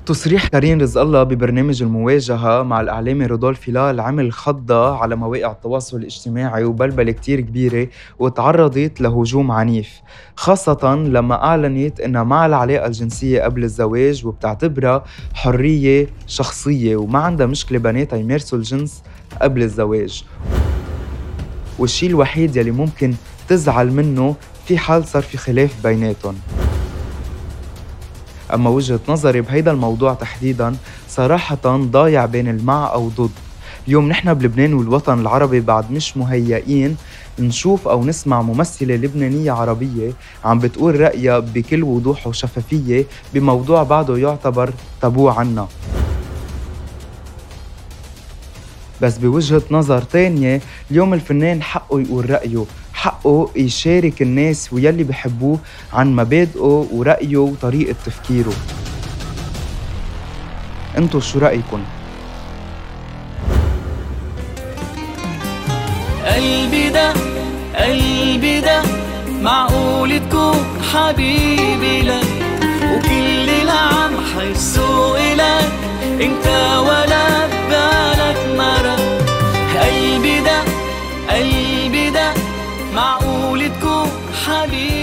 تصريح كريم رزق الله ببرنامج المواجهة مع الإعلامي رودولف هلال عمل خضة على مواقع التواصل الاجتماعي وبلبلة كتير كبيرة، وتعرضت لهجوم عنيف، خاصة لما أعلنت إنها مع العلاقة الجنسية قبل الزواج وبتعتبرها حرية شخصية وما عندها مشكلة بناتها يمارسوا الجنس قبل الزواج. والشي الوحيد يلي ممكن تزعل منه في حال صار في خلاف بيناتهم. أما وجهة نظري بهيدا الموضوع تحديداً صراحة ضايع بين المع أو ضد. اليوم نحن بلبنان والوطن العربي بعد مش مهيئين نشوف أو نسمع ممثلة لبنانية عربية عم بتقول رأيها بكل وضوح وشفافية بموضوع بعده يعتبر تابو عنا. بس بوجهة نظر تانية اليوم الفنان حقه يقول رأيه، حقه يشارك الناس ويلي بحبوه عن مبادئه ورأيه وطريقة تفكيره. انتو شو رأيكن؟ قلبي ده معقول تكون حبيبي لك، وكل العام حيسوق لك انت ولا ببالك مرة. قلبي ده معقول تكون حبيبي